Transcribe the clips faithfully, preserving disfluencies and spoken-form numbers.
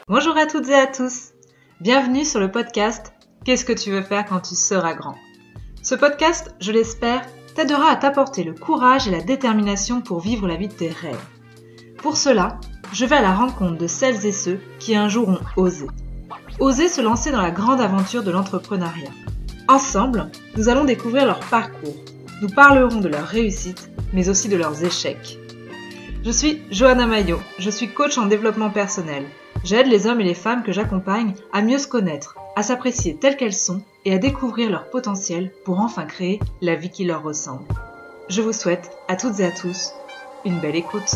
Bonjour à toutes et à tous. Bienvenue sur le podcast Qu'est-ce que tu veux faire quand tu seras grand? Ce podcast, je l'espère, t'aidera à t'apporter le courage et la détermination pour vivre la vie de tes rêves. Pour cela, je vais à la rencontre de celles et ceux qui un jour ont osé. Osé se lancer dans la grande aventure de l'entrepreneuriat. Ensemble, nous allons découvrir leur parcours. Nous parlerons de leurs réussites, mais aussi de leurs échecs. Je suis Johanna Maillot, je suis coach en développement personnel. J'aide les hommes et les femmes que j'accompagne à mieux se connaître, à s'apprécier telles qu'elles sont et à découvrir leur potentiel pour enfin créer la vie qui leur ressemble. Je vous souhaite à toutes et à tous une belle écoute.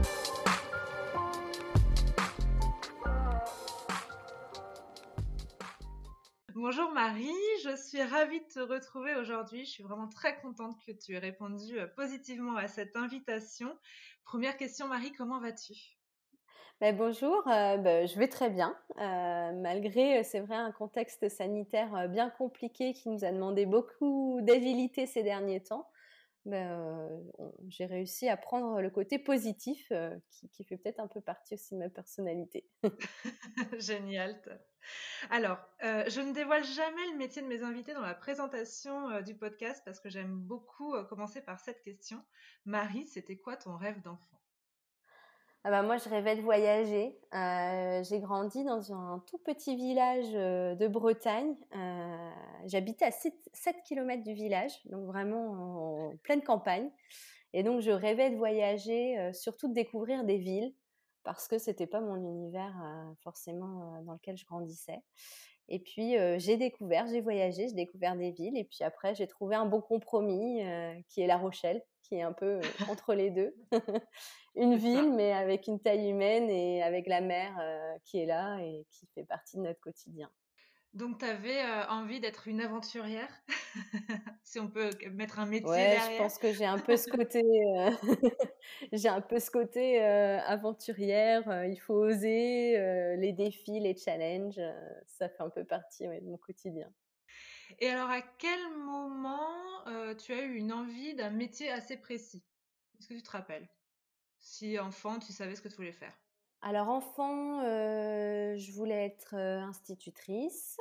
Bonjour Marie, je suis ravie de te retrouver aujourd'hui. Je suis vraiment très contente que tu aies répondu positivement à cette invitation. Première question Marie, comment vas-tu ? Ben bonjour, euh, ben, je vais très bien, euh, malgré, c'est vrai, un contexte sanitaire bien compliqué qui nous a demandé beaucoup d'agilité ces derniers temps. Ben, euh, on, j'ai réussi à prendre le côté positif euh, qui, qui fait peut-être un peu partie aussi de ma personnalité. Génial. Alors, euh, je ne dévoile jamais le métier de mes invités dans la présentation euh, du podcast parce que j'aime beaucoup euh, commencer par cette question. Marie, c'était quoi ton rêve d'enfant ? Ah ben moi, je rêvais de voyager. Euh, j'ai grandi dans un tout petit village euh, de Bretagne. Euh, j'habitais à sept kilomètres du village, donc vraiment en pleine campagne. Et donc, je rêvais de voyager, euh, surtout de découvrir des villes, parce que c'était pas mon univers euh, forcément euh, dans lequel je grandissais. Et puis, euh, j'ai découvert, j'ai voyagé, j'ai découvert des villes. Et puis après, j'ai trouvé un bon compromis euh, qui est La Rochelle, qui est un peu euh, entre les deux. Une C'est ville, ça. mais avec une taille humaine et avec la mer euh, qui est là et qui fait partie de notre quotidien. Donc, tu avais euh, envie d'être une aventurière, si on peut mettre un métier Ouais, je derrière. pense que j'ai un peu ce côté, euh, j'ai un peu ce côté euh, aventurière. euh, il faut oser euh, les défis, les challenges. euh, ça fait un peu partie ouais, de mon quotidien. Et alors, à quel moment euh, tu as eu une envie d'un métier assez précis ? Est-ce que tu te rappelles ? Si enfant, tu savais ce que tu voulais faire. Alors enfant, euh, je voulais être euh, institutrice.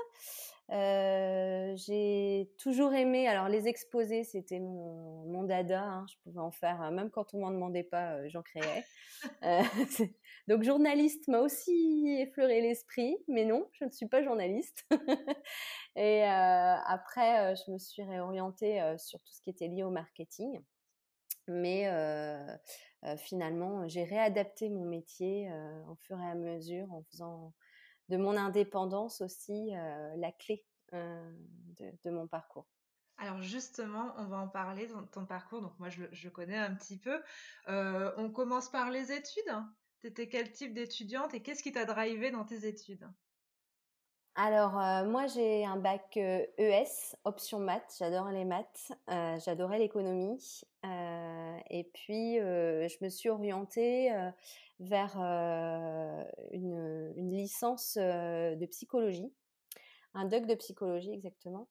Euh, j'ai toujours aimé. Alors les exposés, c'était mon, mon dada. Hein, je pouvais en faire, euh, même quand on m'en demandait pas, euh, j'en créais. Euh, donc journaliste m'a aussi effleuré l'esprit, mais non, je ne suis pas journaliste. Et euh, après, euh, je me suis réorientée euh, sur tout ce qui était lié au marketing. Mais euh, euh, finalement, j'ai réadapté mon métier euh, au fur et à mesure en faisant de mon indépendance aussi euh, la clé euh, de, de mon parcours. Alors justement, on va en parler dans ton parcours. Donc moi, je, je connais un petit peu. Euh, on commence par les études. Tu étais quel type d'étudiante et qu'est-ce qui t'a drivé dans tes études ? Alors, euh, moi, j'ai un bac euh, E S, option maths. J'adore les maths. Euh, j'adorais l'économie. Euh, et puis, euh, je me suis orientée euh, vers euh, une, une licence euh, de psychologie, un doc de psychologie exactement,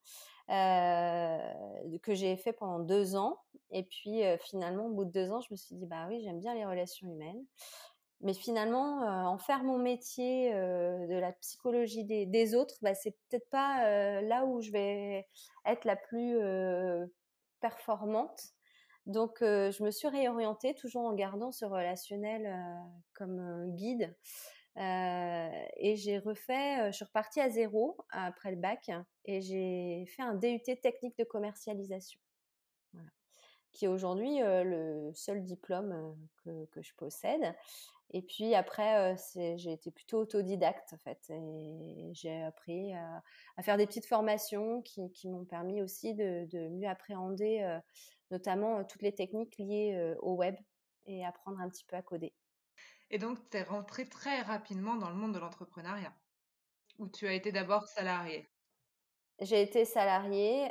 euh, que j'ai fait pendant deux ans. Et puis, euh, finalement, au bout de deux ans, je me suis dit, bah oui, j'aime bien les relations humaines. Mais finalement, euh, en faire mon métier euh, de la psychologie des, des autres, bah, c'est peut-être pas euh, là où je vais être la plus euh, performante. Donc, euh, je me suis réorientée toujours en gardant ce relationnel euh, comme euh, guide. Euh, et j'ai refait, euh, je suis repartie à zéro après le bac et j'ai fait un D U T technique de commercialisation. Voilà. Qui est aujourd'hui euh, le seul diplôme euh, que, que je possède. Et puis après, euh, c'est, j'ai été plutôt autodidacte en fait. Et j'ai appris à, à faire des petites formations qui, qui m'ont permis aussi de, de mieux appréhender euh, notamment euh, toutes les techniques liées euh, au web et apprendre un petit peu à coder. Et donc, tu es rentrée très rapidement dans le monde de l'entrepreneuriat, où tu as été d'abord salariée. J'ai été salariée,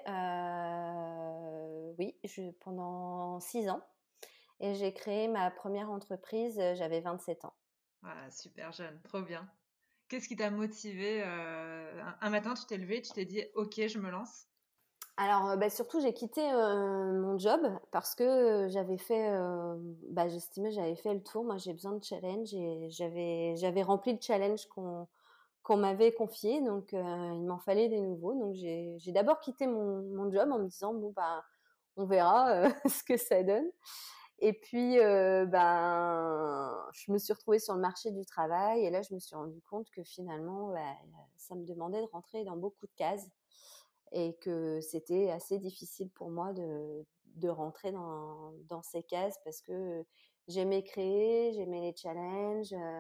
euh, oui, je, pendant six ans. Et j'ai créé ma première entreprise, euh, j'avais vingt-sept ans. Voilà, super jeune, trop bien. Qu'est-ce qui t'a motivée euh, un, un matin, tu t'es levée, tu t'es dit, ok, je me lance. Alors, euh, bah, surtout, j'ai quitté euh, mon job parce que euh, j'avais fait, euh, bah, j'estimais que j'avais fait le tour. Moi, j'ai besoin de challenge et j'avais, j'avais rempli le challenge qu'on, qu'on m'avait confiés, donc heu, il m'en fallait des nouveaux. Donc j'ai j'ai d'abord quitté mon mon job en me disant: «Bon, bah, on verra, heu, ce que ça donne». Et puis, heu, ben, je me suis retrouvée sur le marché du travail et là, je me suis rendu compte que finalement, bah, ça me demandait de rentrer dans beaucoup de cases et que c'était assez difficile pour moi de de rentrer dans dans ces cases parce que j'aimais créer, j'aimais les challenges, heu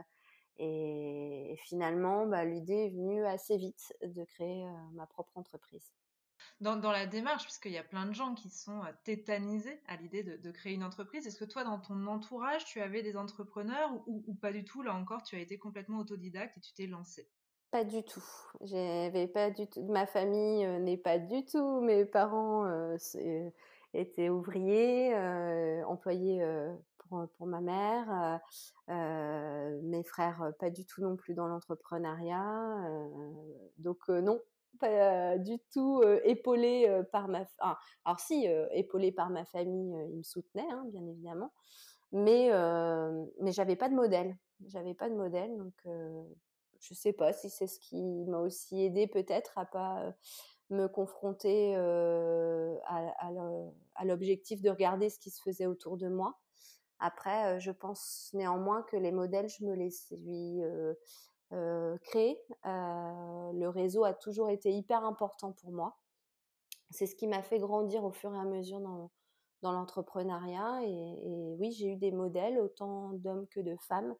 et finalement, bah, l'idée est venue assez vite de créer, heu, ma propre entreprise. Dans, dans la démarche, puisqu'il y a plein de gens qui sont euh, tétanisés à l'idée de, de créer une entreprise, est-ce que toi, dans ton entourage, tu avais des entrepreneurs ou, ou pas du tout? Là encore, tu as été complètement autodidacte et tu t'es lancée. Pas du tout. J'avais pas du tout ma famille, heu, n'est pas du tout mes parents, heu, c'est étaient ouvriers, heu, employés, heu, pour, pour ma mère, heu heu, mes frères, heu, pas du tout non plus dans l'entrepreneuriat, heu, donc heu, non, pas du tout, heu, épaulée, heu, par ma f ah, alors si, heu, épaulée par ma famille, heu, ils me soutenaient, hein, bien évidemment, mais heu, mais j'avais pas de modèle. J'avais pas de modèle, donc heu je sais pas si c'est ce qui m'a aussi aidée peut-être à pas, heu, me confronter, heu, à à le à l'objectif de regarder ce qui se faisait autour de moi. Après, heu, je pense néanmoins que les modèles, je me les suis, heu heu, créés. Heu, le réseau a toujours été hyper important pour moi. C'est ce qui m'a fait grandir au fur et à mesure dans dans l'entrepreneuriat et et oui, j'ai eu des modèles, autant d'hommes que de femmes,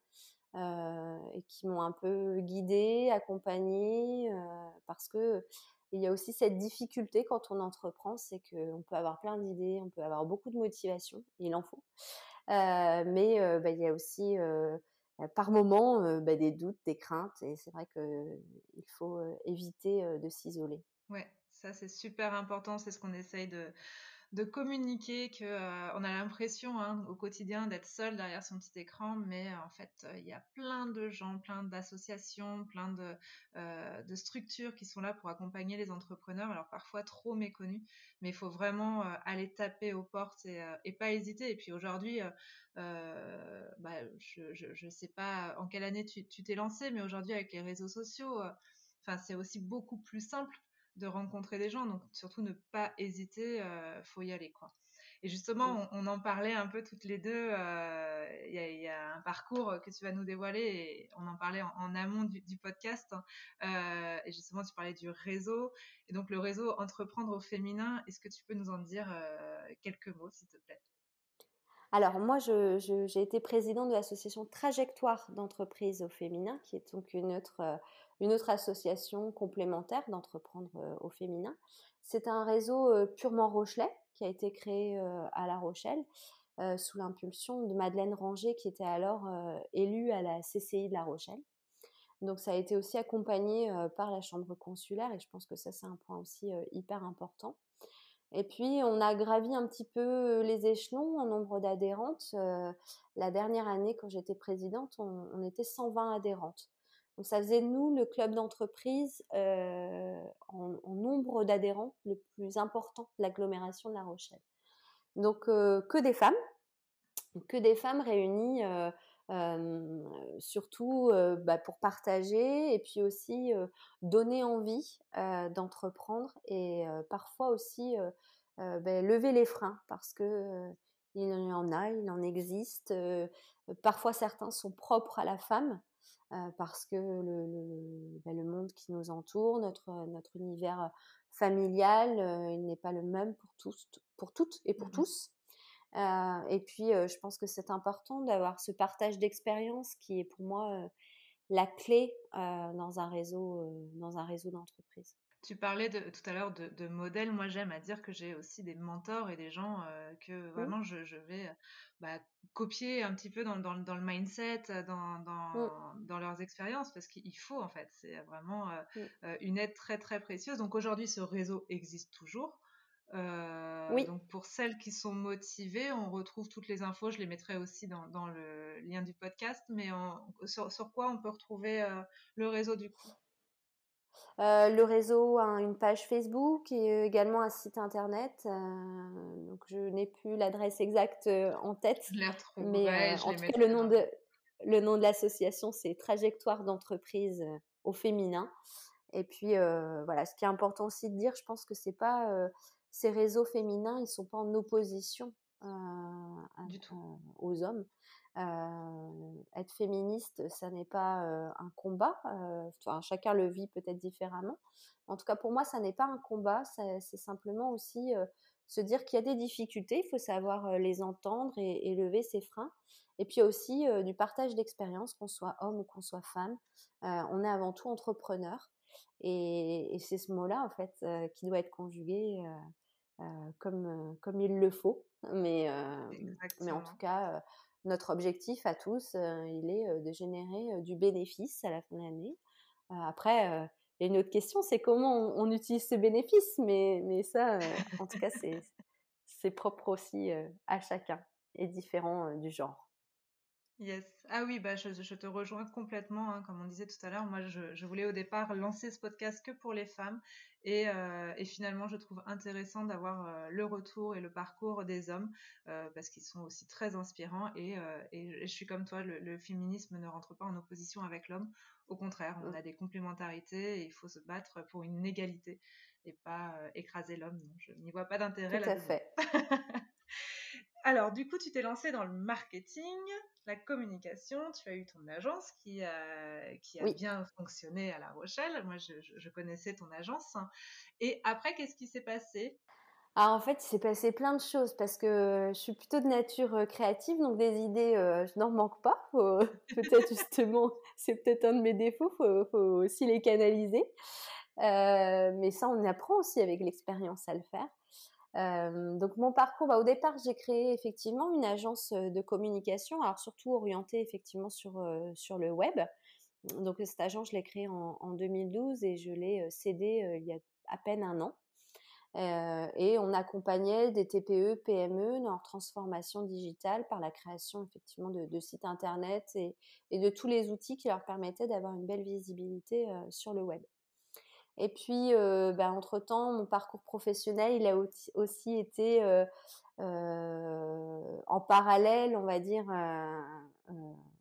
heu et qui m'ont un peu guidée, accompagnée, heu, parce que il y a aussi cette difficulté quand on entreprend, c'est qu'on peut avoir plein d'idées, on peut avoir beaucoup de motivation, il en faut. Heu, mais heu, bah, il y a aussi, heu, par moments, heu, bah, des doutes, des craintes et c'est vrai qu'il faut, heu, éviter, heu, de s'isoler. Ouais, ça c'est super important, c'est ce qu'on essaye de, de communiquer, que euh, on a l'impression hein, au quotidien d'être seul derrière son petit écran, mais euh, en fait euh, il y a plein de gens, plein d'associations, plein de, euh, de structures qui sont là pour accompagner les entrepreneurs, alors parfois trop méconnus, mais il faut vraiment euh, aller taper aux portes et, euh, et pas hésiter. Et puis aujourd'hui, euh, euh, bah, je, je, je sais pas en quelle année tu tu t'es lancé, mais aujourd'hui avec les réseaux sociaux, euh, enfin c'est aussi beaucoup plus simple de rencontrer des gens, donc surtout ne pas hésiter, euh, faut y aller quoi. Et Mmh. justement, on, on en parlait un peu toutes les deux. Il euh, y, a, y a un parcours que tu vas nous dévoiler et on en parlait en, en amont du, du podcast. Hein. Euh, et justement, tu parlais du réseau et donc le réseau Entreprendre au féminin. Est-ce que tu peux nous en dire euh, quelques mots, s'il te plaît? Alors moi, je, je- j'ai été présidente de l'association Trajectoire d'entreprise au féminin, qui est donc une autre, euh, une autre association complémentaire d'entreprendre euh, au féminin. C'est un réseau euh, purement rochelais qui a été créé euh, à La Rochelle euh, sous l'impulsion de Madeleine Ranger, qui était alors euh, élue à la C C I de La Rochelle. Donc ça a été aussi accompagné euh, par la chambre consulaire et je pense que ça c'est un point aussi euh, hyper important. Et puis, on a gravi un petit peu les échelons en nombre d'adhérentes. Euh, la dernière année, quand j'étais présidente, on, on était cent vingt adhérentes. Donc, ça faisait de nous le club d'entreprise euh, en, en nombre d'adhérents le plus important de l'agglomération de La Rochelle. Donc, euh, que des femmes, que des femmes réunies euh, euh, surtout euh, bah, pour partager et puis aussi euh, donner envie euh, d'entreprendre et euh, parfois aussi euh, euh, bah, lever les freins parce que euh, il y en a, il en existe. Euh, parfois certains sont propres à la femme euh, parce que le, le, bah, le monde qui nous entoure, notre, notre univers familial, euh, il n'est pas le même pour tous, pour toutes et pour Mm-hmm. tous. Euh, et puis, euh, je pense que c'est important d'avoir ce partage d'expérience qui est pour moi euh, la clé euh, dans un réseau, euh, dans un réseau d'entreprise. Tu parlais de, tout à l'heure de, de modèles. Moi, j'aime à dire que j'ai aussi des mentors et des gens euh, que Mmh, vraiment je, je vais euh, bah, copier un petit peu dans, dans, dans le mindset, dans, mmh, dans, dans leurs expériences, parce qu'il faut en fait. C'est vraiment euh, mmh. euh, une aide très très précieuse. Donc aujourd'hui, ce réseau existe toujours. Euh, Oui. donc pour celles qui sont motivées, on retrouve toutes les infos. Je les mettrai aussi dans, dans le lien du podcast. Mais on, sur, sur quoi on peut retrouver euh, le réseau du coup? Euh, le réseau a une page Facebook et également un site internet. Euh, donc je n'ai plus l'adresse exacte euh, en tête, Je les mais retrouverai, euh, je en les tout cas le mettrai nom dans de le nom de l'association c'est Trajectoire d'entreprise au féminin. Et puis euh, voilà, ce qui est important aussi de dire, je pense que c'est pas euh, ces réseaux féminins, ils sont pas en opposition euh, à, Du tout. à, aux hommes. Euh, être féministe, ça n'est pas euh, un combat. Euh, enfin, chacun le vit peut-être différemment. En tout cas, pour moi, ça n'est pas un combat. C'est, c'est simplement aussi euh, se dire qu'il y a des difficultés. Il faut savoir euh, les entendre et, et lever ses freins. Et puis aussi euh, du partage d'expérience, qu'on soit homme ou qu'on soit femme. Euh, on est avant tout entrepreneur. Et, et c'est ce mot-là, en fait, euh, qui doit être conjugué euh, euh, comme, euh, comme il le faut. Mais, euh, mais en tout Exactement. cas, euh, notre objectif à tous, euh, il est euh, de générer euh, du bénéfice à la fin de l'année. Euh, après, euh, il y a une autre question, c'est comment on, on utilise ce bénéfice. Mais, mais ça, euh, en tout cas, c'est, c'est propre aussi euh, à chacun et différent euh, du genre. Yes. Ah oui, bah je, je te rejoins complètement, hein, comme on disait tout à l'heure. Moi, je, je voulais au départ lancer ce podcast que pour les femmes, et, euh, et finalement, je trouve intéressant d'avoir euh, le retour et le parcours des hommes euh, parce qu'ils sont aussi très inspirants. Et, euh, et, et je suis comme toi, le, le féminisme ne rentre pas en opposition avec l'homme. Au contraire, on Mm. a des complémentarités et il faut se battre pour une égalité et pas euh, écraser l'homme. Donc, je n'y vois pas d'intérêt Tout à là-dedans. fait. Alors, du coup, tu t'es lancé dans le marketing, la communication, tu as eu ton agence qui a, qui a Oui. bien fonctionné à La Rochelle. Moi, je, je- je connaissais ton agence. Et après, qu'est-ce qui s'est passé? Ah, en fait, il s'est passé plein de choses parce que je suis plutôt de nature euh, créative, donc des idées, euh, je n'en manque pas. Faut- peut-être justement, c'est peut-être un de mes défauts, faut, faut aussi les canaliser. Euh, mais ça, on apprend aussi avec l'expérience à le faire. Euh, donc mon parcours, bah, au départ, j'ai créé effectivement une agence euh, de communication, alors surtout orientée effectivement sur euh, sur le web. Donc cette agence, je l'ai créée en, en deux mille douze et je l'ai euh, cédée euh, il y a à peine un an. Euh, et on accompagnait des T P E, P M E dans leur transformation digitale par la création effectivement de, de sites internet et, et de tous les outils qui leur permettaient d'avoir une belle visibilité euh, sur le web. Et puis, euh, bah, entre-temps, mon parcours professionnel, il a aussi été euh, euh, en parallèle, on va dire, euh, euh,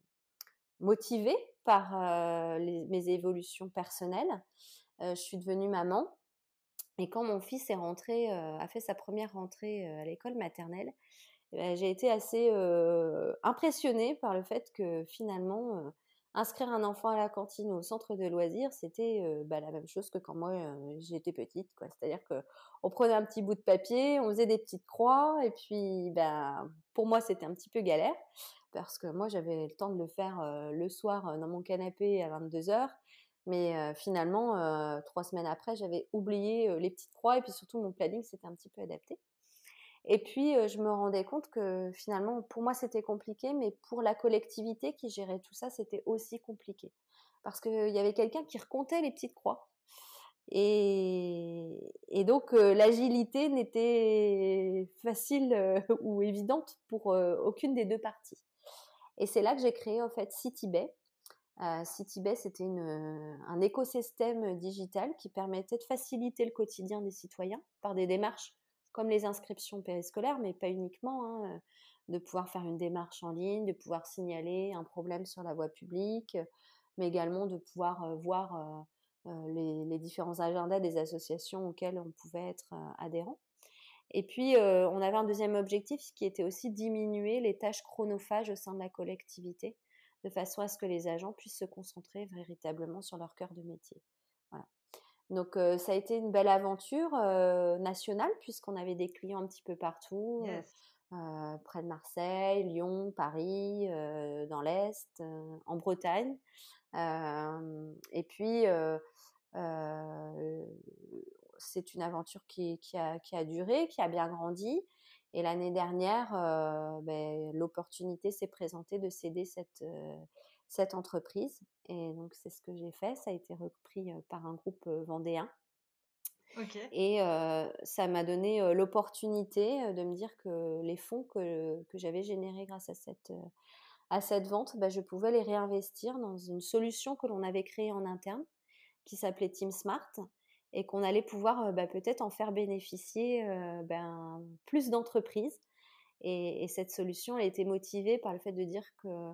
motivé par euh, les, mes évolutions personnelles. Euh, je suis devenue maman. Et quand mon fils est rentré, euh, a fait sa première rentrée euh, à l'école maternelle, eh ben, j'ai été assez euh, impressionnée par le fait que finalement, euh, inscrire un enfant à la cantine ou au centre de loisirs, c'était euh, bah, la même chose que quand moi euh, j'étais petite, quoi. C'est-à-dire que on prenait un petit bout de papier, on faisait des petites croix, et puis bah, pour moi c'était un petit peu galère parce que moi j'avais le temps de le faire euh, le soir euh, dans mon canapé à vingt-deux heures. Mais euh, finalement, euh, trois semaines après, j'avais oublié euh, les petites croix et puis surtout mon planning s'était un petit peu adapté. Et puis, euh, je me rendais compte que finalement, pour moi, c'était compliqué, mais pour la collectivité qui gérait tout ça, c'était aussi compliqué. Parce qu'il y avait quelqu'un qui recomptait les petites croix. Et, et donc, euh, l'agilité n'était facile euh, ou évidente pour euh, aucune des deux parties. Et c'est là que j'ai créé, en fait, CityBay. Euh, CityBay, c'était une, un écosystème digital qui permettait de faciliter le quotidien des citoyens par des démarches comme les inscriptions périscolaires, mais pas uniquement, hein, de pouvoir faire une démarche en ligne, de pouvoir signaler un problème sur la voie publique, mais également de pouvoir euh, voir euh, euh, les, les différents agendas des associations auxquelles on pouvait être euh, adhérent. Et puis, euh, on avait un deuxième objectif qui était aussi diminuer les tâches chronophages au sein de la collectivité, de façon à ce que les agents puissent se concentrer véritablement sur leur cœur de métier. Voilà. Donc, euh, ça a été une belle aventure euh, nationale, puisqu'on avait des clients un petit peu partout, euh, Yes. euh, près de Marseille, Lyon, Paris, euh, dans l'Est, euh, en Bretagne. Euh, et puis, euh, euh, c'est une aventure qui, qui, a, qui a duré, qui a bien grandi. Et l'année dernière, euh, ben, l'opportunité s'est présentée de céder cette, euh, cette entreprise. Et donc, c'est ce que j'ai fait. Ça a été repris euh, par un groupe euh, vendéen. Ok. Et euh, ça m'a donné euh, l'opportunité euh, de me dire que les fonds que, que j'avais générés grâce à cette, euh, à cette vente, ben, je pouvais les réinvestir dans une solution que l'on avait créée en interne qui s'appelait Team Smart et qu'on allait pouvoir euh, bah, peut-être en faire bénéficier euh, ben, plus d'entreprises. Et, et cette solution, elle était motivée par le fait de dire que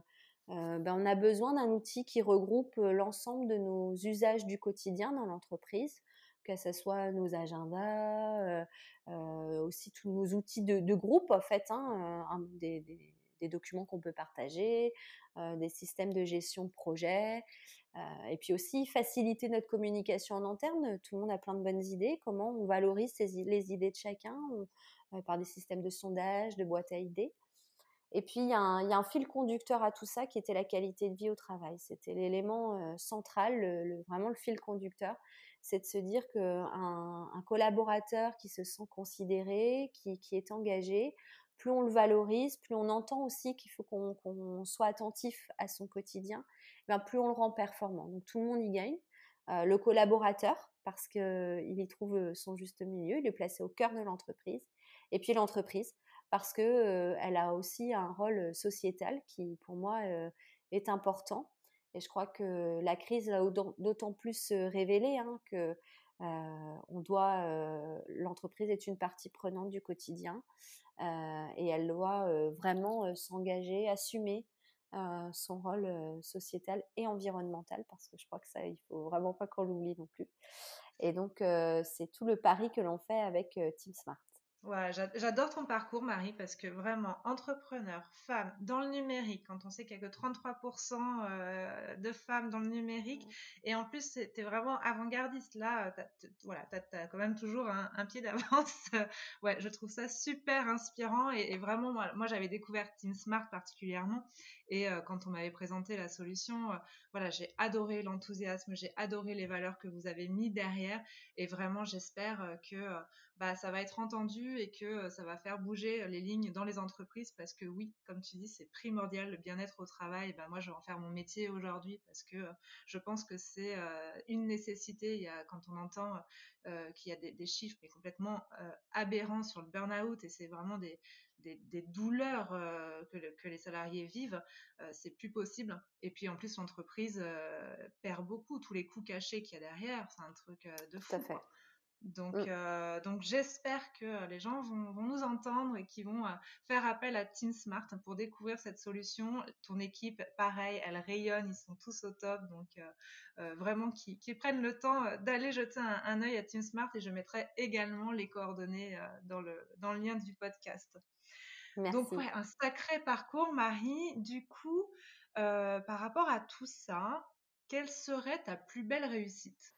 euh, ben, on a besoin d'un outil qui regroupe l'ensemble de nos usages du quotidien dans l'entreprise, que ce soit nos agendas, euh, euh, aussi tous nos outils de, de groupe en fait, hein, euh, des, des, des documents qu'on peut partager, euh, des systèmes de gestion de projet, euh, et puis aussi faciliter notre communication en interne. Tout le monde a plein de bonnes idées. Comment on valorise ces, les idées de chacun on, euh, par des systèmes de sondage, de boîtes à idées. Et puis, il y, a un, il y a un fil conducteur à tout ça qui était la qualité de vie au travail. C'était l'élément euh, central, le, le, vraiment le fil conducteur. C'est de se dire qu'un un collaborateur qui se sent considéré, qui, qui est engagé, plus on le valorise, plus on entend aussi qu'il faut qu'on qu'on soit attentif à son quotidien, ben plus on le rend performant. Donc, tout le monde y gagne. Euh, le collaborateur, parce qu'il y trouve son juste milieu, il est placé au cœur de l'entreprise. Et puis l'entreprise, parce que euh, elle a aussi un rôle sociétal qui, pour moi, euh, est important. Et je crois que la crise l'a d'autant plus révélé hein, que euh, on doit, euh, l'entreprise est une partie prenante du quotidien euh, et elle doit euh, vraiment euh, s'engager, assumer euh, son rôle euh, sociétal et environnemental parce que je crois que ça, il faut vraiment pas qu'on l'oublie non plus. Et donc, euh, c'est tout le pari que l'on fait avec euh, Team Smart. Ouais, j'adore ton parcours, Marie, parce que vraiment, entrepreneur, femme, dans le numérique, quand on sait qu'il n'y a que trente-trois pour cent euh, de femmes dans le numérique, et en plus, tu es vraiment avant-gardiste. Là, t'as, t'as, voilà, tu as quand même toujours un, un pied d'avance. Ouais, je trouve ça super inspirant, et, et vraiment, moi, moi j'avais découvert Team Smart particulièrement, et euh, quand on m'avait présenté la solution, euh, voilà, j'ai adoré l'enthousiasme, j'ai adoré les valeurs que vous avez mis derrière, et vraiment, j'espère euh, que euh, bah, ça va être entendu et que ça va faire bouger les lignes dans les entreprises parce que oui, comme tu dis, c'est primordial le bien-être au travail. Bah, moi, je vais en faire mon métier aujourd'hui parce que euh, je pense que c'est euh, une nécessité. Il y a, quand on entend euh, qu'il y a des, des chiffres mais complètement euh, aberrants sur le burn-out et c'est vraiment des, des, des douleurs euh, que, le, que les salariés vivent, euh, c'est plus possible. Et puis en plus, l'entreprise euh, perd beaucoup, tous les coûts cachés qu'il y a derrière, c'est un truc euh, de Tout à fou, fait. quoi. Donc, Mm. euh, donc j'espère que les gens vont, vont nous entendre et qu'ils vont euh, faire appel à Team Smart pour découvrir cette solution. Ton équipe, pareil, elle rayonne, ils sont tous au top. Donc, euh, euh, vraiment, qu'ils qui prennent le temps d'aller jeter un, un œil à Team Smart et je mettrai également les coordonnées euh, dans, le, dans le lien du podcast. Donc, Merci. ouais, un sacré parcours, Marie. Du coup, euh, par rapport à tout ça, quelle serait ta plus belle réussite?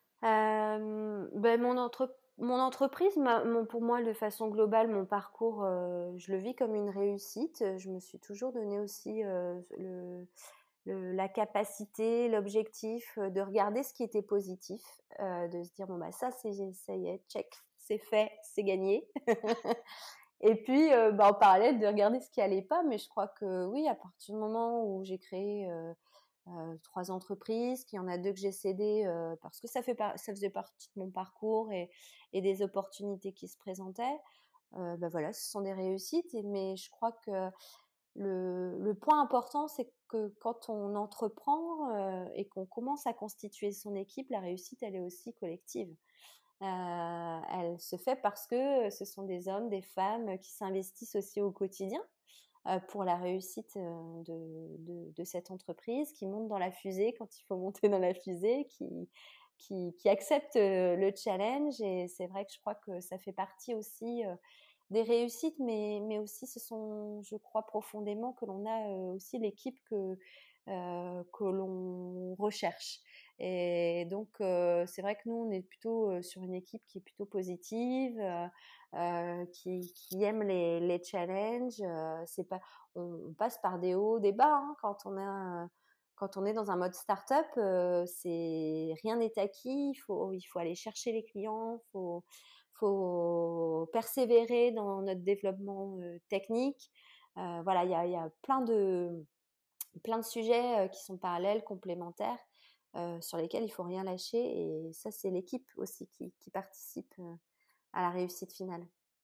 Euh, ben mon, entre, mon entreprise, ma, mon, pour moi, de façon globale, mon parcours, euh, je le vis comme une réussite. Je me suis toujours donné aussi euh, le, le, la capacité, l'objectif de regarder ce qui était positif, euh, de se dire bon bah ça c'est ça y est, check, c'est fait, c'est gagné. Et puis euh, bah, en parallèle de regarder ce qui allait pas, mais je crois que oui, à partir du moment où j'ai créé euh, euh, trois entreprises, qu'il y en a deux que j'ai cédées euh, parce que ça fait par- ça faisait partie de mon parcours et, et des opportunités qui se présentaient. Euh, bah voilà, ce sont des réussites. Et, mais je crois que le, le point important, c'est que quand on entreprend euh, et qu'on commence à constituer son équipe, la réussite, elle est aussi collective. Euh, elle se fait parce que ce sont des hommes, des femmes qui s'investissent aussi au quotidien euh, pour la réussite euh, de, de, de cette entreprise, qui monte dans la fusée quand il faut monter dans la fusée, qui, qui, qui accepte euh, le challenge. Et c'est vrai que je crois que ça fait partie aussi euh, des réussites, mais, mais aussi ce sont, je crois profondément que l'on a euh, aussi l'équipe que, euh, que l'on recherche. Et donc, euh, c'est vrai que nous, on est plutôt euh, sur une équipe qui est plutôt positive, euh, euh, qui, qui aime les, les challenges. Euh, c'est pas, on, on passe par des hauts, des bas hein, quand on a, quand on est dans un mode start-up. Euh, c'est rien n'est acquis. Il faut, il faut aller chercher les clients. Faut, faut persévérer dans notre développement euh, technique. Euh, voilà, il y a, y a plein de plein de sujets euh, qui sont parallèles, complémentaires, euh, sur lesquels il faut rien lâcher. Et ça, c'est l'équipe aussi qui, qui participe euh, à la réussite finale.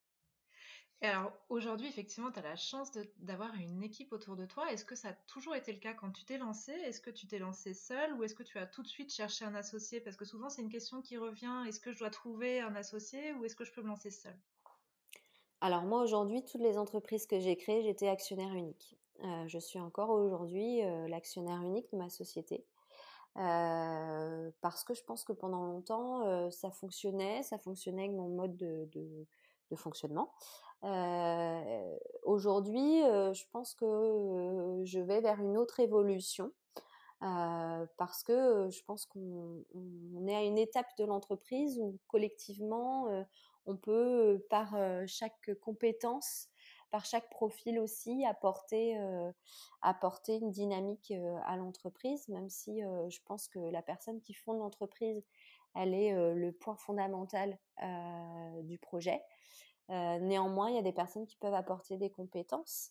Et alors aujourd'hui, effectivement, tu as la chance de- d'avoir une équipe autour de toi. Est-ce que ça a toujours été le cas quand tu t'es lancée? Est-ce que tu t'es lancée seule ou est-ce que tu as tout de suite cherché un associé? Parce que souvent, c'est une question qui revient. Est-ce que je dois trouver un associé ou est-ce que je peux me lancer seule? Alors moi, aujourd'hui, toutes les entreprises que j'ai créées, j'étais actionnaire unique. Euh, je suis encore aujourd'hui euh, l'actionnaire unique de ma société. Euh, parce que je pense que pendant longtemps, euh, ça fonctionnait, ça fonctionnait avec mon mode de, de, de fonctionnement. Euh, Aujourd'hui, euh, je pense que euh, je vais vers une autre évolution. Euh, parce que euh, je pense qu'on on est à une étape de l'entreprise où collectivement, euh, on peut, euh, par euh, chaque compétence, par chaque profil aussi, apporter, euh, apporter une dynamique euh, à l'entreprise, même si euh, je pense que la personne qui fonde l'entreprise, elle est euh, le point fondamental euh, du projet. Euh, néanmoins, il y a des personnes qui peuvent apporter des compétences.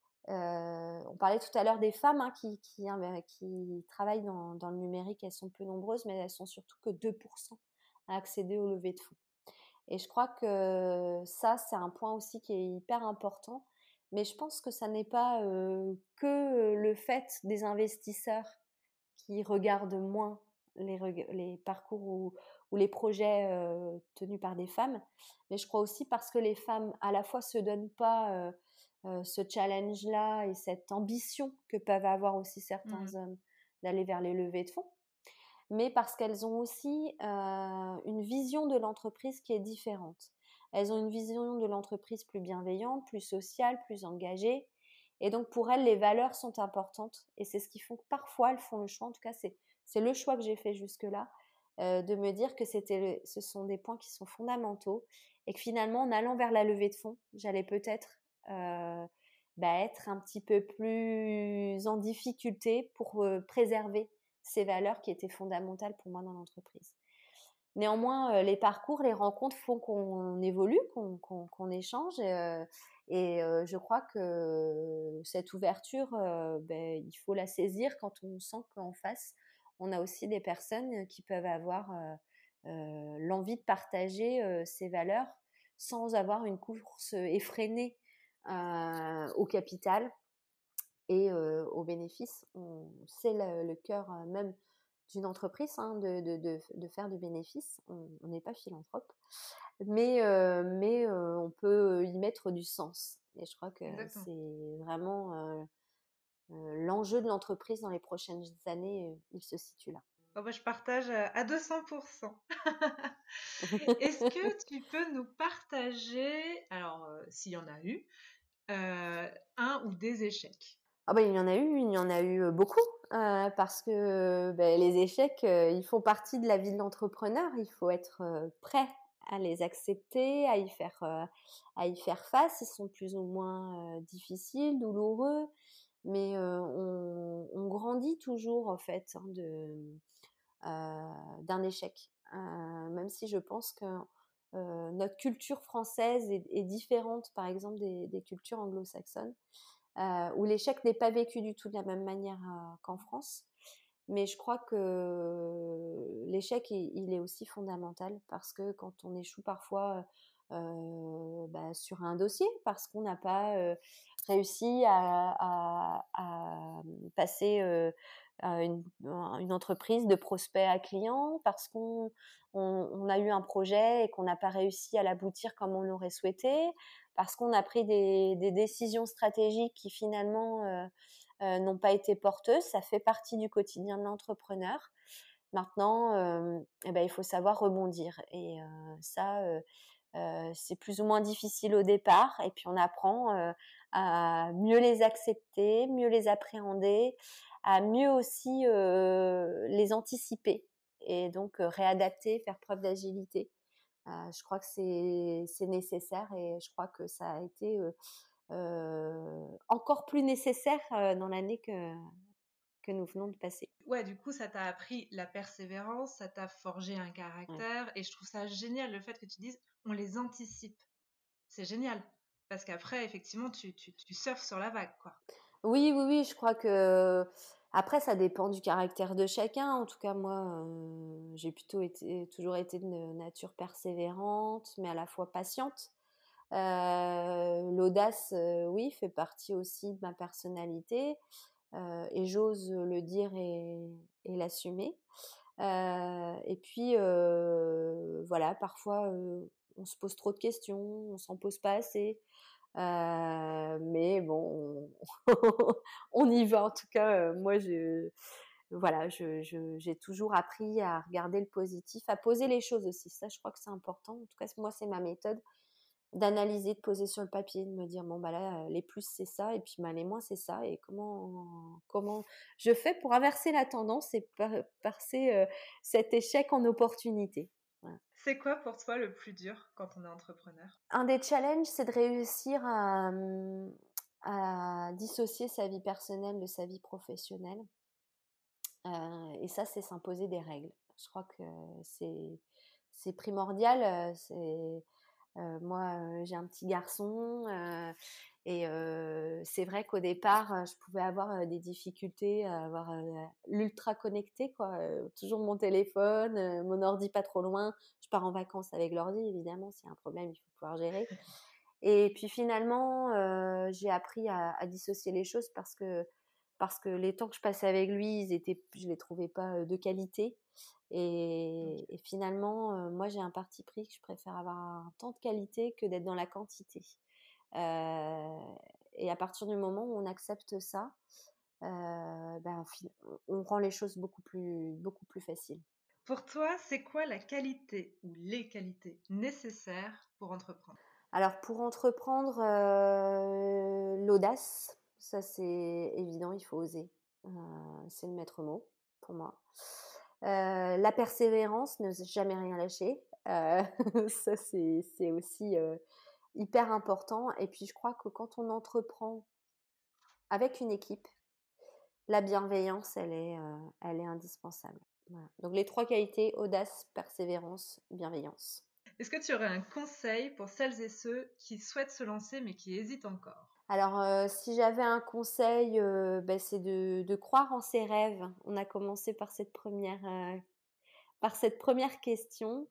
Euh, on parlait tout à l'heure des femmes hein, qui, qui, hein, qui travaillent dans, dans le numérique. Elles sont peu nombreuses, mais elles sont surtout que deux pour cent à accéder aux levées de fonds. Et je crois que ça, c'est un point aussi qui est hyper important. Mais je pense que ça n'est pas euh, que le fait des investisseurs qui regardent moins les, les parcours ou, ou les projets euh, tenus par des femmes. Mais je crois aussi parce que les femmes, à la fois, se donnent pas euh, euh, ce challenge-là et cette ambition que peuvent avoir aussi certains Mmh. hommes d'aller vers les levées de fonds, mais parce qu'elles ont aussi euh, une vision de l'entreprise qui est différente. Elles ont une vision de l'entreprise plus bienveillante, plus sociale, plus engagée. Et donc pour elles, les valeurs sont importantes. Et c'est ce qui font que parfois elles font le choix, en tout cas c'est, c'est le choix que j'ai fait jusque-là, euh, de me dire que c'était le, ce sont des points qui sont fondamentaux et que finalement en allant vers la levée de fonds, j'allais peut-être euh, bah, être un petit peu plus en difficulté pour euh, préserver ces valeurs qui étaient fondamentales pour moi dans l'entreprise. Néanmoins, euh, les parcours, les rencontres font qu'on évolue, qu'on, qu'on, qu'on échange. Et, euh, et euh, je crois que cette ouverture, euh, ben, il faut la saisir quand on sent qu'en face, on a aussi des personnes qui peuvent avoir euh, euh, l'envie de partager euh, ces valeurs sans avoir une course effrénée euh, au capital et euh, aux bénéfices. On, c'est le, le cœur euh, même d'une entreprise hein, de, de, de, de faire du bénéfice. On n'est pas philanthrope, mais, euh, mais euh, on peut y mettre du sens. Et je crois que Exactement. c'est vraiment euh, euh, l'enjeu de l'entreprise dans les prochaines années. Euh, il se situe là. Oh bah, je partage euh, à deux cents pour cent. Est-ce que tu peux nous partager, alors euh, s'il y en a eu, euh, un ou des échecs? Ah ben, il y en a eu, il y en a eu beaucoup, euh, parce que ben, les échecs, euh, ils font partie de la vie de l'entrepreneur. Il faut être euh, prêt à les accepter, à y faire, euh, à y faire face. Ils sont plus ou moins euh, difficiles, douloureux, mais euh, on, on grandit toujours en fait hein, de, euh, d'un échec. Euh, même si je pense que euh, notre culture française est, est différente, par exemple, des, des cultures anglo-saxonnes euh, où l'échec n'est pas vécu du tout de la même manière euh, qu'en France. Mais je crois que l'échec, il, il est aussi fondamental parce que quand on échoue parfois euh, bah, sur un dossier, parce qu'on n'a pas euh, réussi à, à, à passer euh, à une, une entreprise de prospect à client, parce qu'on on, on a eu un projet et qu'on n'a pas réussi à l'aboutir comme on l'aurait souhaité, parce qu'on a pris des, des décisions stratégiques qui finalement euh, euh, n'ont pas été porteuses. Ça fait partie du quotidien de l'entrepreneur. Maintenant, euh, eh ben, il faut savoir rebondir. Et euh, ça, euh, euh, c'est plus ou moins difficile au départ. Et puis, on apprend euh, à mieux les accepter, mieux les appréhender, à mieux aussi euh, les anticiper. Et donc, euh, réadapter, faire preuve d'agilité. Euh, je crois que c'est, c'est nécessaire et je crois que ça a été euh, euh, encore plus nécessaire euh, dans l'année que, que nous venons de passer. Ouais, du coup, ça t'a appris la persévérance, ça t'a forgé un Ouais. caractère, et je trouve ça génial le fait que tu dises on les anticipe. C'est génial. Parce qu'après, effectivement, tu, tu, tu surfes sur la vague, quoi. Oui, oui, oui, je crois que après ça dépend du caractère de chacun. En tout cas, moi, euh, j'ai plutôt été, toujours été de nature persévérante, mais à la fois patiente. Euh, l'audace, euh, oui, fait partie aussi de ma personnalité euh, et j'ose le dire et, et l'assumer. Euh, et puis, euh, voilà, parfois, euh, on se pose trop de questions, on s'en pose pas assez. Euh, mais bon, on, on y va. En tout cas, euh, moi, je, voilà, je, je, j'ai toujours appris à regarder le positif, à poser les choses aussi. Ça, je crois que c'est important. En tout cas, moi, c'est ma méthode d'analyser, de poser sur le papier, de me dire bon bah là, les plus c'est ça, et puis bah, les moins c'est ça, et comment comment je fais pour inverser la tendance et par, passer euh, cet échec en opportunité. Voilà. C'est quoi pour toi le plus dur quand on est entrepreneur? Un des challenges, c'est de réussir à, à dissocier sa vie personnelle de sa vie professionnelle. Euh, et ça, c'est s'imposer des règles. Je crois que c'est, c'est primordial. C'est, euh, moi, euh, j'ai un petit garçon euh, et euh, c'est vrai qu'au départ, euh, je pouvais avoir euh, des difficultés à avoir euh, l'ultra connecté, quoi. Euh, toujours mon téléphone, euh, mon ordi pas trop loin. Je pars en vacances avec l'ordi, évidemment. S'il y a un problème, il faut pouvoir gérer. Et puis finalement, euh, j'ai appris à, à dissocier les choses parce que parce que les temps que je passais avec lui, ils étaient, je les trouvais pas de qualité. Et, et finalement, euh, moi, j'ai un parti pris que je préfère avoir un temps de qualité que d'être dans la quantité. Euh, et à partir du moment où on accepte ça, euh, ben, on rend les choses beaucoup plus, beaucoup plus faciles. Pour toi, c'est quoi la qualité ou les qualités nécessaires pour entreprendre? Alors, pour entreprendre, euh, l'audace, ça c'est évident, il faut oser. Euh, c'est le maître mot pour moi. Euh, la persévérance, ne jamais rien lâcher. Euh, ça c'est, c'est aussi euh, hyper important. Et puis je crois que quand on entreprend avec une équipe, la bienveillance, elle est, euh, elle est indispensable. Voilà. Donc les trois qualités, audace, persévérance, bienveillance. Est-ce que tu aurais un conseil pour celles et ceux qui souhaitent se lancer mais qui hésitent encore? Alors, euh, si j'avais un conseil, euh, ben, c'est de, de croire en ses rêves. On a commencé par cette première, euh, par cette première question.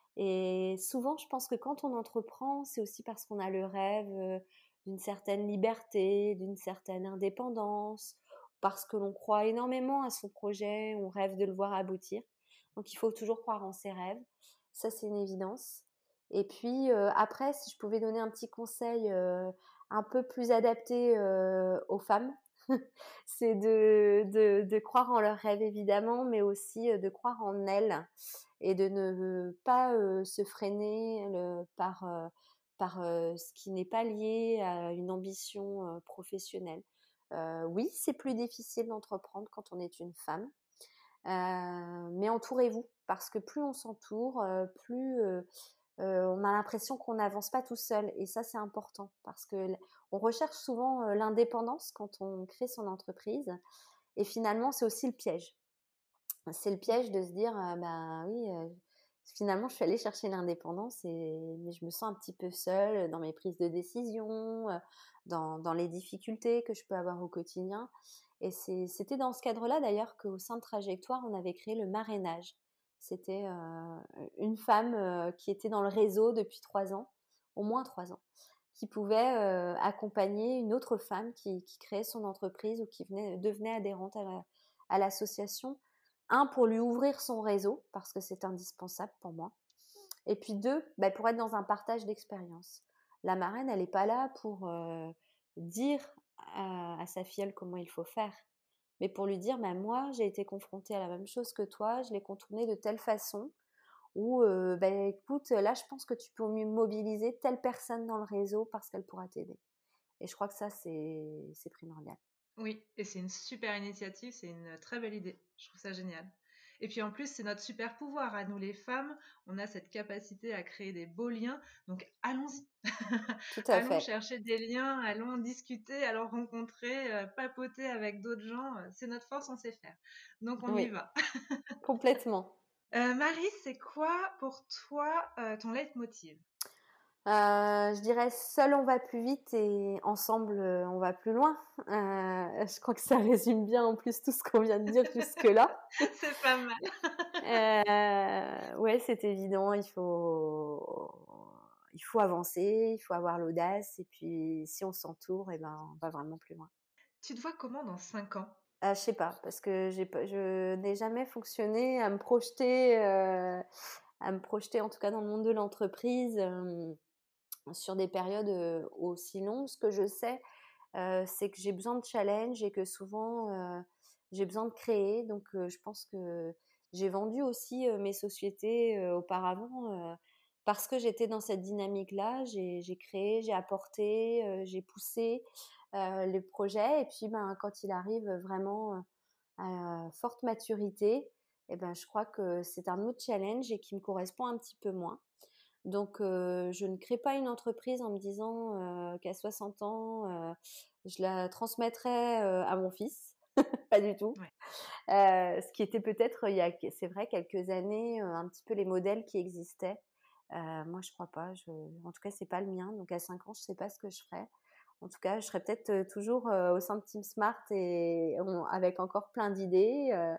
Et souvent, je pense que quand on entreprend, c'est aussi parce qu'on a le rêve euh, d'une certaine liberté, d'une certaine indépendance, parce que l'on croit énormément à son projet, on rêve de le voir aboutir. Donc, il faut toujours croire en ses rêves. Ça, c'est une évidence. Et puis, euh, après, si je pouvais donner un petit conseil euh, un peu plus adapté euh, aux femmes, c'est de, de, de croire en leurs rêves, évidemment, mais aussi euh, de croire en elles et de ne pas euh, se freiner le, par, euh, par euh, ce qui n'est pas lié à une ambition euh, professionnelle. Euh, oui, c'est plus difficile d'entreprendre quand on est une femme, euh, mais entourez-vous, parce que plus on s'entoure, euh, plus euh, euh, on a l'impression qu'on n'avance pas tout seul. Et ça, c'est important, parce que on recherche souvent euh, l'indépendance quand on crée son entreprise. Et finalement, c'est aussi le piège. C'est le piège de se dire, euh, bah oui, euh, finalement, je suis allée chercher l'indépendance, et mais je me sens un petit peu seule dans mes prises de décision, euh, dans, dans les difficultés que je peux avoir au quotidien. Et c'est, c'était dans ce cadre-là, d'ailleurs, qu'au sein de Trajectoire, on avait créé le marrainage. C'était euh, une femme euh, qui était dans le réseau depuis trois ans, au moins trois ans, qui pouvait euh, accompagner une autre femme qui, qui créait son entreprise ou qui venait, devenait adhérente à, la, à l'association. Un, pour lui ouvrir son réseau, parce que c'est indispensable pour moi. Et puis deux, bah, pour être dans un partage d'expérience. La marraine, elle n'est pas là pour euh, dire à, à sa filleule comment il faut faire, mais pour lui dire, bah, moi, j'ai été confrontée à la même chose que toi, je l'ai contournée de telle façon, ou euh, bah, écoute, là, je pense que tu peux mieux mobiliser telle personne dans le réseau parce qu'elle pourra t'aider. Et je crois que ça, c'est, c'est primordial. Oui, et c'est une super initiative, c'est une très belle idée. Je trouve ça génial. Et puis en plus, c'est notre super pouvoir à nous les femmes. On a cette capacité à créer des beaux liens. Donc allons-y. Tout à Allons fait. chercher des liens, allons discuter, allons rencontrer, euh, papoter avec d'autres gens. C'est notre force, on sait faire. Donc on y Oui, va. complètement. Euh, Marie, c'est quoi pour toi euh, ton leitmotiv? Euh, je dirais seul on va plus vite et ensemble euh, on va plus loin. Euh, je crois que ça résume bien en plus tout ce qu'on vient de dire jusque-là. C'est pas mal. Euh, ouais, c'est évident, il faut il faut avancer, il faut avoir l'audace et puis si on s'entoure, et ben on va vraiment plus loin. Tu te vois comment dans cinq ans? Euh, je sais pas, parce que j'ai pas, je n'ai jamais fonctionné à me projeter, euh, à me projeter en tout cas dans le monde de l'entreprise. Euh, sur des périodes euh, aussi longues. Ce que je sais, euh, c'est que j'ai besoin de challenge et que souvent euh, j'ai besoin de créer. Donc euh, je pense que j'ai vendu aussi euh, mes sociétés euh, auparavant euh, parce que j'étais dans cette dynamique-là. J'ai, j'ai créé, j'ai apporté, euh, j'ai poussé euh, les projets. Et puis ben, quand il arrive vraiment euh, à forte maturité, eh ben, je crois que c'est un autre challenge et qui me correspond un petit peu moins. Donc, euh, je ne crée pas une entreprise en me disant euh, qu'à soixante ans, euh, je la transmettrai euh, à mon fils. Pas du tout. Ouais. Euh, ce qui était peut-être, il y a, c'est vrai, quelques années, euh, un petit peu les modèles qui existaient. Euh, moi, je crois pas. Je, en tout cas, c'est pas le mien. Donc, à cinq ans, je sais pas ce que je ferais. En tout cas, je serais peut-être euh, toujours euh, au sein de Team Smart et on- avec encore plein d'idées. Euh,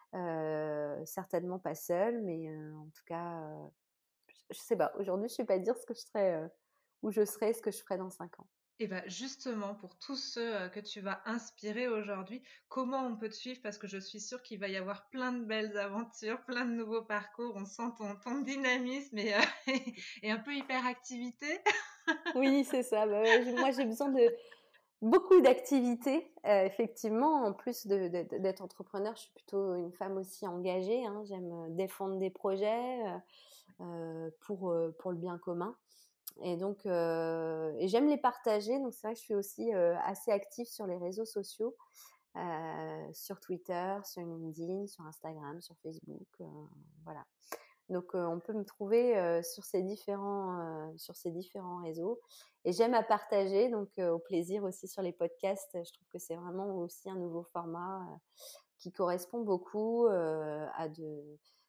euh, certainement pas seule, mais euh, en tout cas, euh, je sais pas. Aujourd'hui, je sais pas dire ce que je serais, euh, où je serais, ce que je ferais dans cinq ans. Et bien justement, pour tous ceux euh, que tu vas inspirer aujourd'hui, comment on peut te suivre? Parce que je suis sûre qu'il va y avoir plein de belles aventures, plein de nouveaux parcours. On sent ton, ton dynamisme et, euh, et un peu hyperactivité. Oui, c'est ça. Bah ouais, j'ai- moi, j'ai besoin de beaucoup d'activités. Euh, effectivement, en plus de, de- d'être entrepreneur, je suis plutôt une femme aussi engagée, hein. J'aime euh, défendre des projets euh, euh, pour, euh, pour le bien commun. Et donc, euh, et j'aime les partager. Donc, c'est vrai que je suis aussi euh, assez active sur les réseaux sociaux, euh, sur Twitter, sur LinkedIn, sur Instagram, sur Facebook. Euh, voilà. Donc, euh, on peut me trouver euh, sur ces différents, euh, sur ces différents réseaux. Et j'aime à partager, donc euh, au plaisir aussi sur les podcasts. Je trouve que c'est vraiment aussi un nouveau format euh, qui correspond beaucoup euh, à de,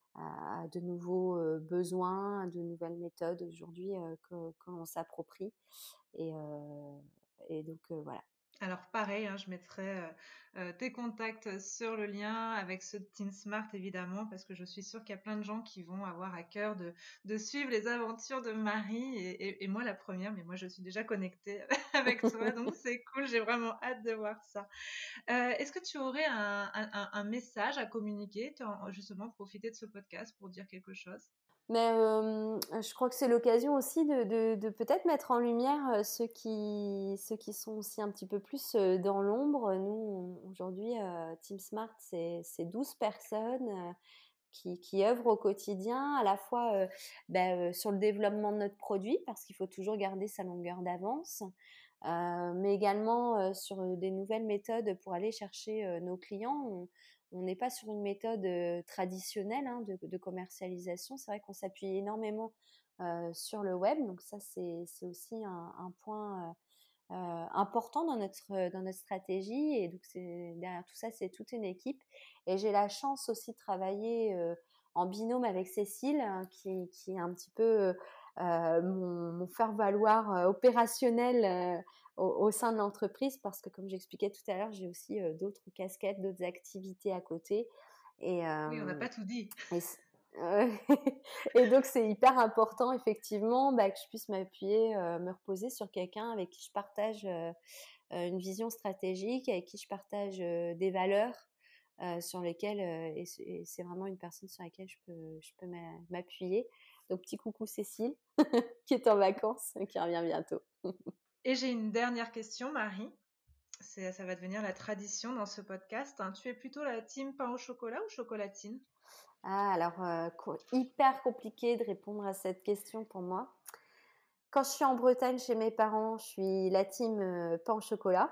à, à de nouveaux euh, besoins, à de nouvelles méthodes aujourd'hui euh, que, que l'on s'approprie. Et, euh, et donc, euh, voilà. Alors pareil, hein, je mettrai euh, euh, tes contacts sur le lien avec ceux de Team Smart évidemment, parce que je suis sûre qu'il y a plein de gens qui vont avoir à cœur de, de suivre les aventures de Marie et, et- et moi la première, mais moi je suis déjà connectée avec toi, donc c'est cool, j'ai vraiment hâte de voir ça. Euh, est-ce que tu aurais un, un- un- un message à communiquer, t'en- justement profiter de ce podcast pour dire quelque chose? Mais euh, je crois que c'est l'occasion aussi de, de, de peut-être mettre en lumière euh, ceux qui, ceux qui sont aussi un petit peu plus euh, dans l'ombre. Nous, on- aujourd'hui, euh, Team Smart, c'est, c'est douze personnes euh, qui, qui œuvrent au quotidien, à la fois euh, ben, euh, sur le développement de notre produit, parce qu'il faut toujours garder sa longueur d'avance, euh, mais également euh, sur euh, des nouvelles méthodes pour aller chercher euh, nos clients. On, on n'est pas sur une méthode euh, traditionnelle hein, de, de commercialisation. C'est vrai qu'on s'appuie énormément euh, sur le web, donc ça c'est, c'est aussi un, un point euh, euh, important dans notre dans notre stratégie. Et donc c'est derrière tout ça, c'est toute une équipe. Et j'ai la chance aussi de travailler euh, en binôme avec Cécile, hein, qui qui est un petit peu euh, mon, mon faire-valoir euh, opérationnel euh, au, au sein de l'entreprise, parce que comme j'expliquais tout à l'heure, j'ai aussi euh, d'autres casquettes, d'autres activités à côté. Et, Oui, on n'a euh, pas tout dit. et, euh, et donc c'est hyper important effectivement bah, que je puisse m'appuyer, euh, me reposer sur quelqu'un avec qui je partage euh, euh, une vision stratégique, avec qui je partage euh, des valeurs euh, sur lesquelles, euh, et c'est et c'est vraiment une personne sur laquelle je peux, je peux m'a- m'appuyer. Donc petit coucou Cécile, qui est en vacances, qui revient bientôt. Et j'ai une dernière question, Marie. C'est, ça va devenir la tradition dans ce podcast, hein. Tu es plutôt la team pain au chocolat ou chocolatine? Ah, alors, euh, co- hyper compliqué de répondre à cette question pour moi. Quand je suis en Bretagne chez mes parents, je suis la team euh, pain au chocolat.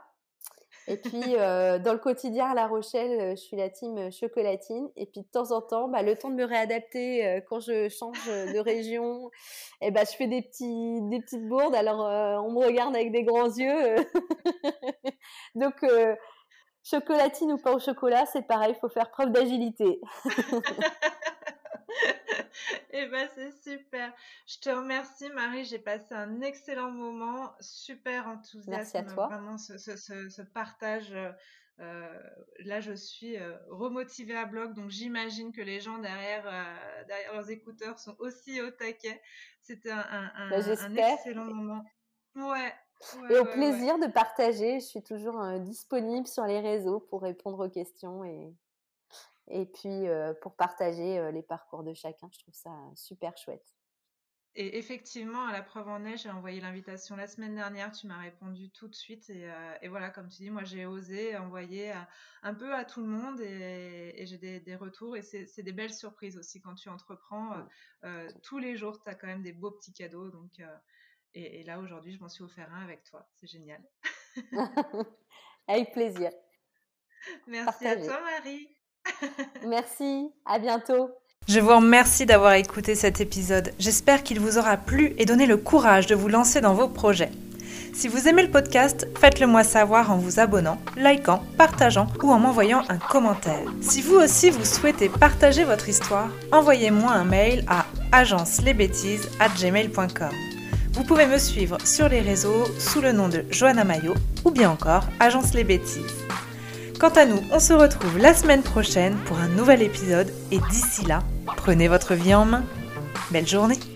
Et puis, euh, dans le quotidien à La Rochelle, euh, je suis la team euh, chocolatine. Et puis, de temps en temps, bah, le temps de me réadapter euh, quand je change de région, et bah, je fais des petits, des petites bourdes. Alors, euh, on me regarde avec des grands yeux. euh. Donc, euh, chocolatine ou pas au chocolat, c'est pareil, il faut faire preuve d'agilité. Eh ben, c'est super. Je te remercie, Marie. J'ai passé un excellent moment, super Merci à enthousiasme, toi. vraiment ce, ce, ce, ce partage. euh, euh, là, je suis euh, remotivée à bloc, donc j'imagine que les gens derrière, euh, derrière leurs écouteurs sont aussi au taquet. C'était un, un, Bah, un, un j'espère. excellent moment. Ouais, Et ouais, au ouais, ouais. plaisir de partager. Je suis toujours euh, disponible sur les réseaux pour répondre aux questions et, et puis euh, pour partager euh, les parcours de chacun. Je trouve ça super chouette. Et effectivement, à la preuve en est, j'ai envoyé l'invitation la semaine dernière, tu m'as répondu tout de suite. Et, euh, et voilà, comme tu dis, moi j'ai osé envoyer à- un peu à tout le monde et, et j'ai des, des retours. Et c'est, c'est des belles surprises aussi quand tu entreprends. euh, euh, tous les jours, tu as quand même des beaux petits cadeaux. Donc, euh, et, et là, aujourd'hui, je m'en suis offert un avec toi. C'est génial. Avec plaisir. Merci à Partagez. toi, Marie. Merci, à bientôt. Je vous remercie d'avoir écouté cet épisode. J'espère qu'il vous aura plu et donné le courage de vous lancer dans vos projets. Si vous aimez le podcast, faites-le moi savoir en vous abonnant, likant, partageant ou en m'envoyant un commentaire. Si vous aussi vous souhaitez partager votre histoire, envoyez-moi un mail à agence les bêtises arobase gmail point com. Vous pouvez me suivre sur les réseaux sous le nom de Johanna Maillot ou bien encore Agence les Bêtises. Quant à nous, on se retrouve la semaine prochaine pour un nouvel épisode et d'ici là, prenez votre vie en main. Belle journée!